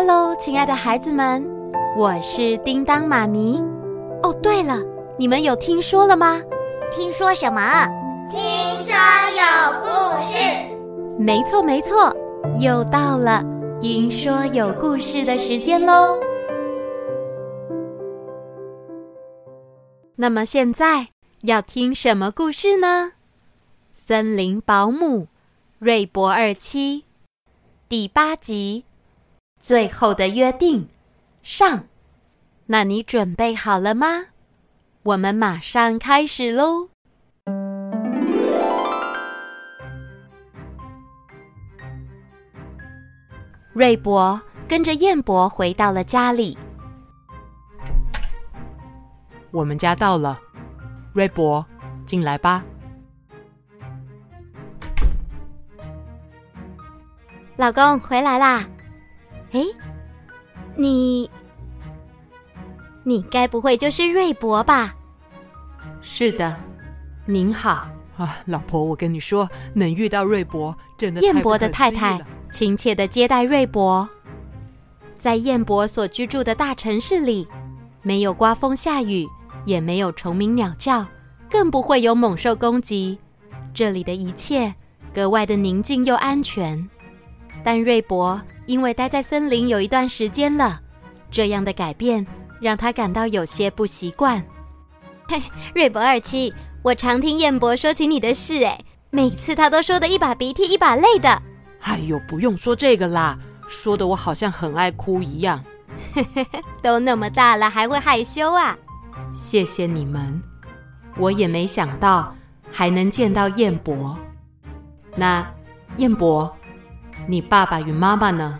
喽，亲爱的孩子们，我是叮当妈咪。哦，对了，你们有听说了吗？ 听说什么？ 听说有故事。 没错没错，又到了听说有故事的时间咯。那么现在要听什么故事呢？森林保姆瑞博二期第8集，最后的约定上。那你准备好了吗？我们马上开始咯。瑞博跟着燕博回到了家里。 我们家到了，瑞博，进来吧。 老公回来啦。诶，你该不会就是瑞博吧？ 是的，您好啊，老婆，我跟你说，能遇到瑞博真的太不可思议了。 燕博的太太亲切地接待瑞博。在燕博所居住的大城市里，没有刮风下雨，也没有虫鸣鸟叫，更不会有猛兽攻击。这里的一切格外的宁静又安全。但瑞博因为待在森林有一段时间了，这样的改变让他感到有些不习惯。嘿，瑞博二期，我常听燕博说起你的事，每次他都说得一把鼻涕一把泪的。 哎呦，不用说这个啦，说得我好像很爱哭一样。 都那么大了还会害羞啊？ 谢谢你们，我也没想到还能见到燕博。那燕博，你爸爸与妈妈呢？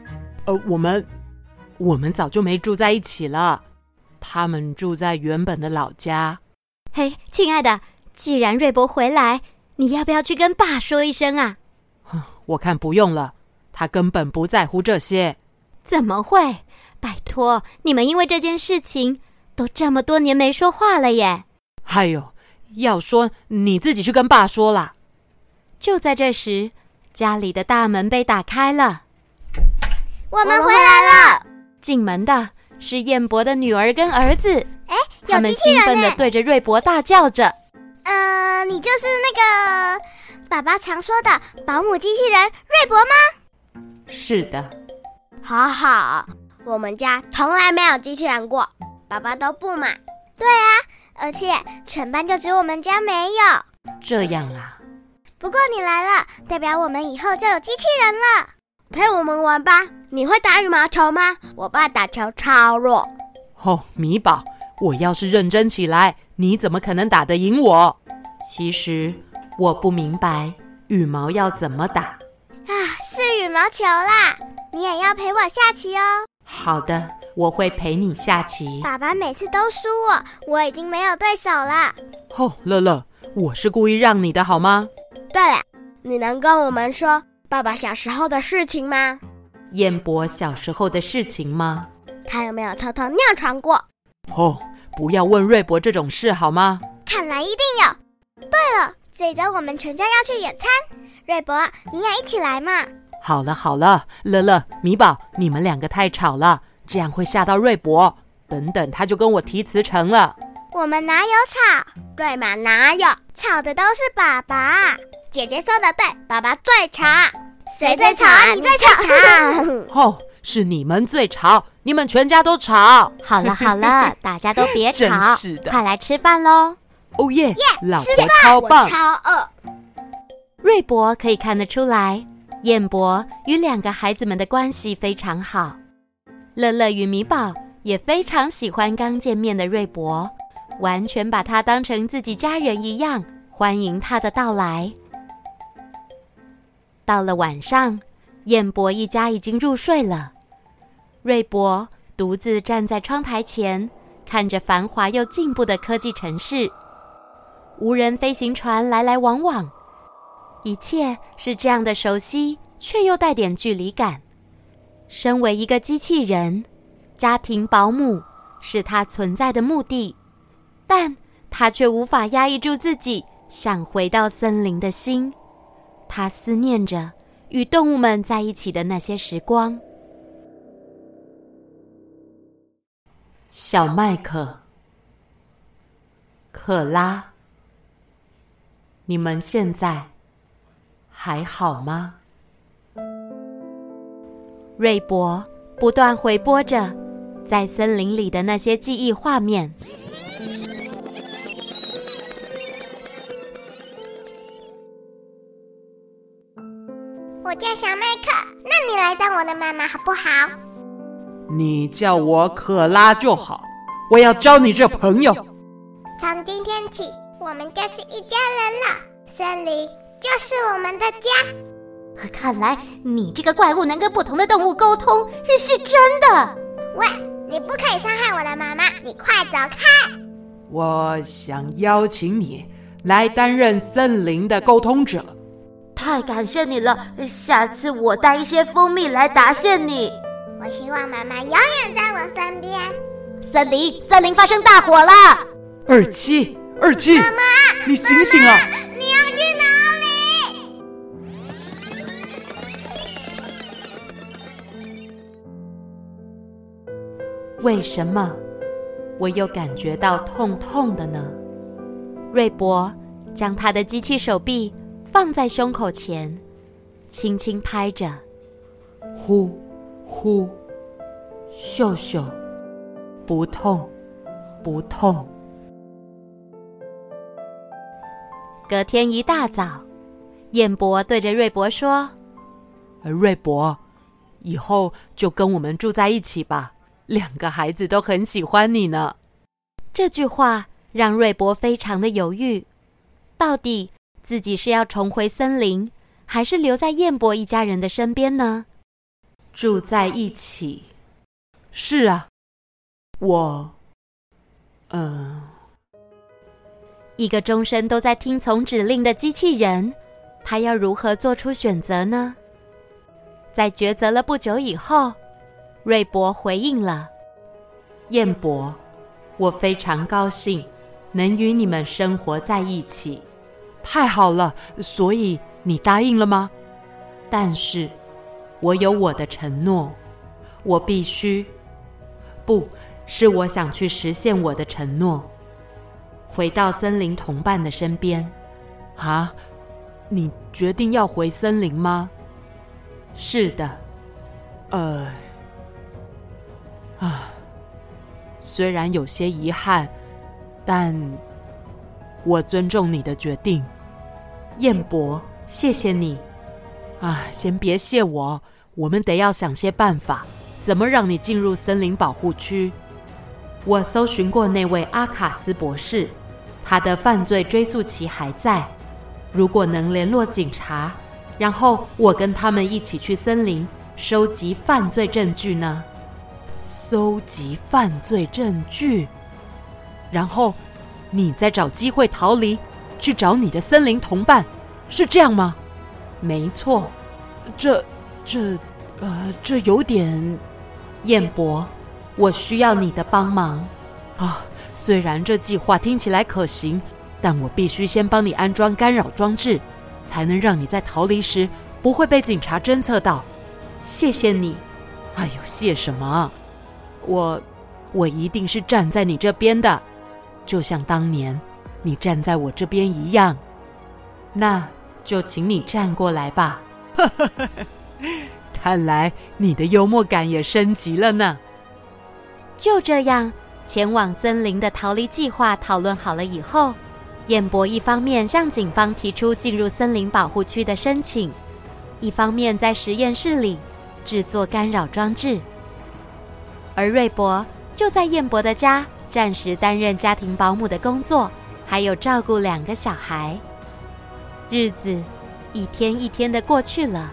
我们早就没住在一起了，他们住在原本的老家。 嘿，亲爱的，既然瑞博回来，你要不要去跟爸说一声啊？ 我看不用了，他根本不在乎这些。 怎么会？拜托，你们因为这件事情都这么多年没说话了耶。 哎呦，要说你自己去跟爸说啦。 就在这时，家里的大门被打开了。 我们回来了。 进门的是燕博的女儿跟儿子，他们兴奋地对着瑞博大叫着： 你就是那个爸爸常说的保姆机器人瑞博吗？ 是的。 好好，我们家从来没有机器人过，爸爸都不买。对啊，而且全班就只有我们家没有。 这样啊。 不过你来了，代表我们以后就有机器人了。陪我们玩吧。你会打羽毛球吗？我爸打球超弱。 米宝，我要是认真起来，你怎么可能打得赢我？其实我不明白羽毛要怎么打。 是羽毛球啦。你也要陪我下棋哦。 好的，我会陪你下棋。 爸爸每次都输我已经没有对手了。 乐乐，我是故意让你的好吗？ 对了，你能跟我们说爸爸小时候的事情吗？ 燕博小时候的事情吗？ 他有没有偷偷尿床过？ 不要问瑞博这种事好吗？ 看来一定有。对了，这周我们全家要去野餐，瑞博，你也一起来嘛。 好了，乐乐、米宝，你们两个太吵了，这样会吓到瑞博。等等，他就跟我提辞呈了。 我们哪有吵？对嘛，哪有？吵的都是爸爸。姐姐说的对，爸爸最吵。谁最吵啊？你最吵。 是你们最吵，你们全家都吵。 好了，大家都别吵， 真是的， 快来吃饭咯。 耶，老婆超棒。 我超饿。 瑞博可以看得出来，燕博与2个孩子们的关系非常好。乐乐与米宝也非常喜欢刚见面的瑞博，完全把他当成自己家人一样，欢迎他的到来。到了晚上，燕博一家已经入睡了。瑞博独自站在窗台前，看着繁华又进步的科技城市。无人飞行船来来往往，一切是这样的熟悉，却又带点距离感。身为一个机器人，家庭保姆是他存在的目的，但他却无法压抑住自己想回到森林的心。他思念着与动物们在一起的那些时光。 小麦克、可拉，你们现在还好吗？ 瑞博不断回播着在森林里的那些记忆画面。 我叫小麦克，那你来当我的妈妈好不好？ 你叫我可拉就好，我要交你这朋友。 从今天起，我们就是一家人了，森林就是我们的家。 看来你这个怪物能跟不同的动物沟通，这是真的。 喂，你不可以伤害我的妈妈，你快走开！ 我想邀请你来担任森林的沟通者。 太感谢你了，下次我带一些蜂蜜来答谢你。 我希望妈妈永远在我身边。 森林发生大火了！ 二七， 妈妈， 你醒醒啊！ 你要去哪里？ 为什么我又感觉到痛痛的呢？瑞博将他的机器手臂放在胸口前，轻轻拍着， 呼呼，秀秀，不痛，不痛。 隔天一大早，燕博对着瑞博说： 瑞博，以后就跟我们住在一起吧，2个孩子都很喜欢你呢。 这句话让瑞博非常的犹豫，到底自己是要重回森林，还是留在燕博一家人的身边呢？ 住在一起。是啊，我一个终身都在听从指令的机器人，他要如何做出选择呢？在抉择了不久以后，瑞博回应了： 燕博，我非常高兴能与你们生活在一起。 太好了，所以你答应了吗？ 但是我有我的承诺，我必须，不是我想去实现我的承诺，回到森林同伴的身边。 啊，你决定要回森林吗？ 是的。 虽然有些遗憾，但我尊重你的决定。 燕博，谢谢你。 先别谢我，我们得要想些办法，怎么让你进入森林保护区。 我搜寻过那位阿卡斯博士，他的犯罪追诉期还在。如果能联络警察，然后我跟他们一起去森林收集犯罪证据呢？ 搜集犯罪证据，然后你再找机会逃离，去找你的森林同伴，是这样吗？ 没错。 这有点…… 燕博，我需要你的帮忙。 虽然这计划听起来可行，但我必须先帮你安装干扰装置，才能让你在逃离时不会被警察侦测到。 谢谢你。 谢什么？我一定是站在你这边的，就像当年你站在我这边一样。 那就请你站过来吧。 看来你的幽默感也升级了呢。 就这样，前往森林的逃离计划讨论好了以后，燕博一方面向警方提出进入森林保护区的申请，一方面在实验室里制作干扰装置。而瑞博就在燕博的家暂时担任家庭保姆的工作，还有照顾2个小孩。日子一天一天的过去了，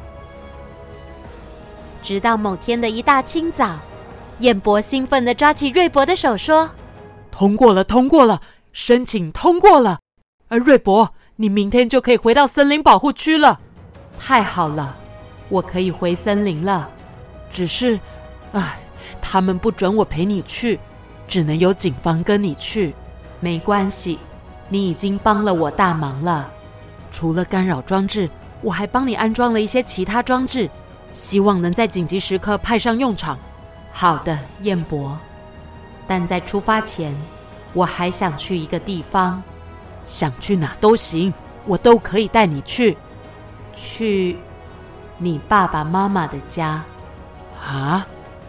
直到某天的一大清早，燕博兴奋地抓起瑞博的手说： 通过了，申请通过了。瑞博，你明天就可以回到森林保护区了。 太好了，我可以回森林了。 只是他们不准我陪你去，只能由警方跟你去。 没关系，你已经帮了我大忙了。 除了干扰装置，我还帮你安装了一些其他装置，希望能在紧急时刻派上用场。 好的，燕博。 但在出发前，我还想去一个地方。 想去哪都行，我都可以带你去。 去你爸爸妈妈的家。 啊？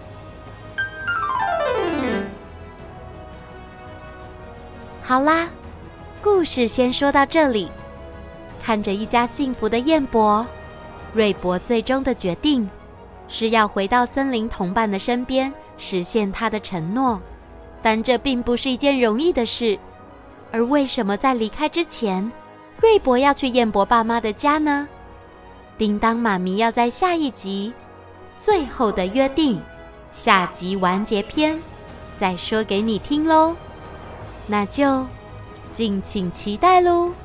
好啦，故事先说到这里。看着一家幸福的燕伯，瑞伯最终的决定是要回到森林同伴的身边，实现他的承诺。但这并不是一件容易的事。而为什么在离开之前，瑞伯要去燕伯爸妈的家呢？叮当妈咪要在下一集《最后的约定》下集完结篇再说给你听咯。那就敬请期待咯。